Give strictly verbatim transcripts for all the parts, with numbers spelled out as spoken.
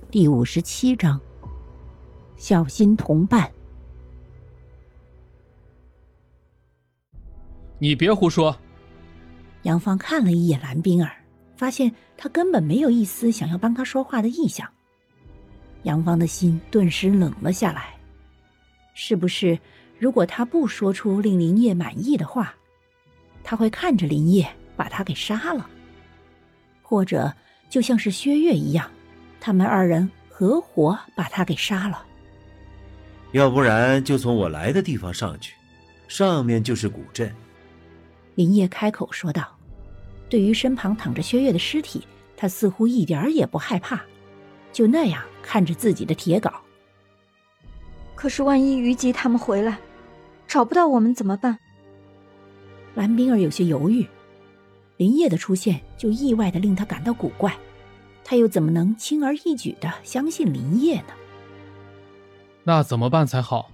第五十七章，小心同伴。 你别胡说。 杨芳看了一眼蓝冰儿，发现他根本没有一丝想要帮他说话的意向。杨芳的心顿时冷了下来，是不是如果他不说出令林业满意的话，他会看着林业把他给杀了？或者就像是薛岳一样，他们二人合伙把他给杀了？ 要不然就从我来的地方上去，上面就是古镇。 林业开口说道。对于身旁躺着薛岳的尸体，他似乎一点也不害怕，就那样看着自己的铁镐。 可是万一虞姬他们回来，找不到我们怎么办？ 蓝冰儿有些犹豫，林业的出现就意外地令他感到古怪，他又怎么能轻而易举地相信林业呢？ 那怎么办才好？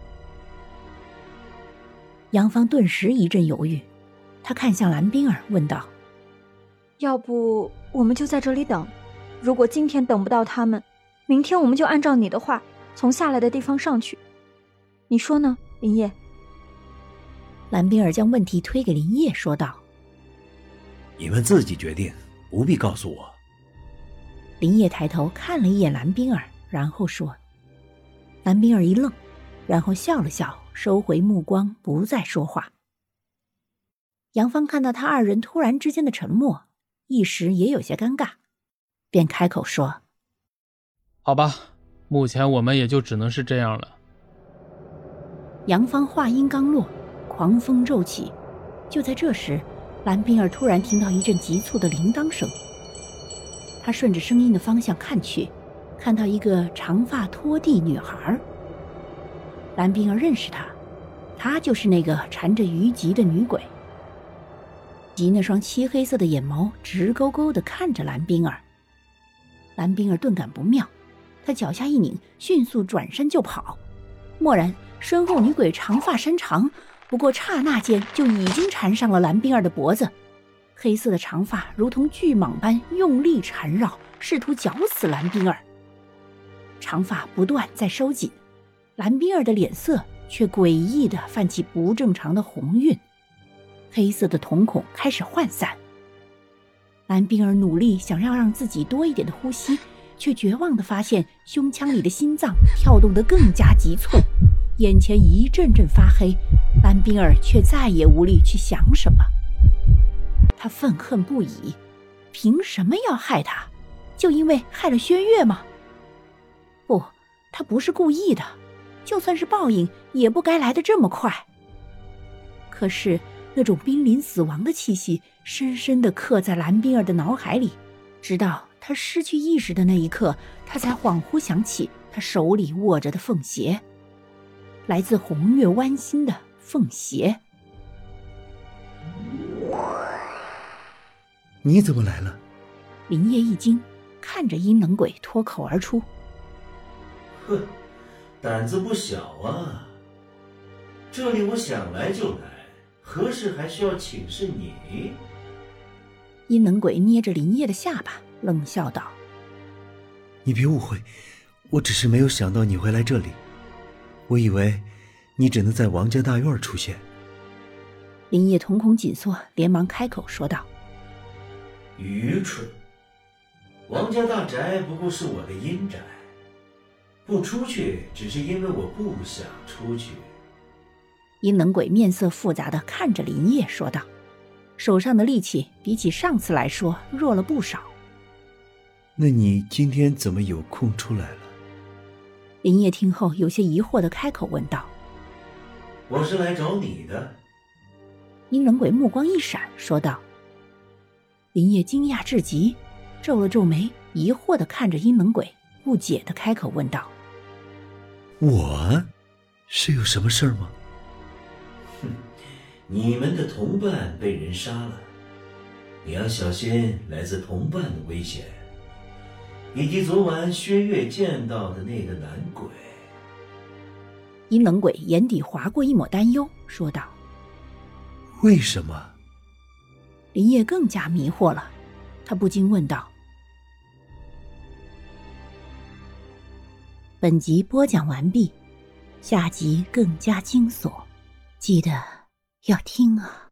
杨芳顿时一阵犹豫，他看向蓝冰儿问道： 要不我们就在这里等，如果今天等不到他们，明天我们就按照你的话从下来的地方上去，你说呢，林业？ 蓝冰儿将问题推给林业说道： 你们自己决定，不必告诉我。 林业抬头看了一眼蓝冰儿，然后说。蓝冰儿一愣，然后笑了笑，收回目光，不再说话。杨芳看到他二人突然之间的沉默，一时也有些尴尬，便开口说： 好吧，目前我们也就只能是这样了。 杨芳话音刚落，狂风骤起。就在这时，蓝冰儿突然听到一阵急促的铃铛声。她顺着声音的方向看去，看到一个长发拖地女孩。蓝冰儿认识她，她就是那个缠着虞姬的女鬼。及那双漆黑色的眼眸直勾勾地看着蓝冰儿。蓝冰儿顿感不妙，她脚下一拧，迅速转身就跑。蓦然身后女鬼长发伸长，不过刹那间就已经缠上了蓝冰儿的脖子。黑色的长发如同巨蟒般用力缠绕，试图绞死蓝冰儿。长发不断在收紧，蓝冰儿的脸色却诡异地泛起不正常的红晕，黑色的瞳孔开始涣散。蓝冰儿努力想要让自己多一点的呼吸，却绝望地发现胸腔里的心脏跳动得更加急促，眼前一阵阵发黑，蓝冰儿却再也无力去想什么。他愤恨不已，凭什么要害他？就因为害了薛岳吗？不，他不是故意的，就算是报应也不该来得这么快。可是那种濒临死亡的气息深深地刻在蓝冰儿的脑海里，直到他失去意识的那一刻，他才恍惚想起他手里握着的凤鞋，来自红月湾心的凤鞋。 你怎么来了？ 林业一惊，看着阴冷鬼脱口而出： 哼，胆子不小啊！这里我想来就来，何事还需要请示你？ 阴冷鬼捏着林业的下巴，冷笑道： 你别误会，我只是没有想到你会来这里，我以为你只能在王家大院出现。 林业瞳孔紧缩，连忙开口说道： 愚蠢！王家大宅不过是我的阴宅，不出去只是因为我不想出去。 阴冷鬼面色复杂地看着林业说道，手上的力气比起上次来说弱了不少。 那你今天怎么有空出来了？ 林业听后有些疑惑地开口问道： 我是来找你的。 阴冷鬼目光一闪说道。林业惊讶至极，皱了皱眉，疑惑地看着阴冷鬼，不解地开口问道： 我是有什么事儿吗？ 哼，你们的同伴被人杀了，你要小心来自同伴的危险，以及昨晚薛岳见到的那个男鬼。 阴冷鬼眼底划过一抹担忧，说道： 为什么？ 林业更加迷惑了，他不禁问道： 本集播讲完毕，下集更加惊悚，记得要听啊。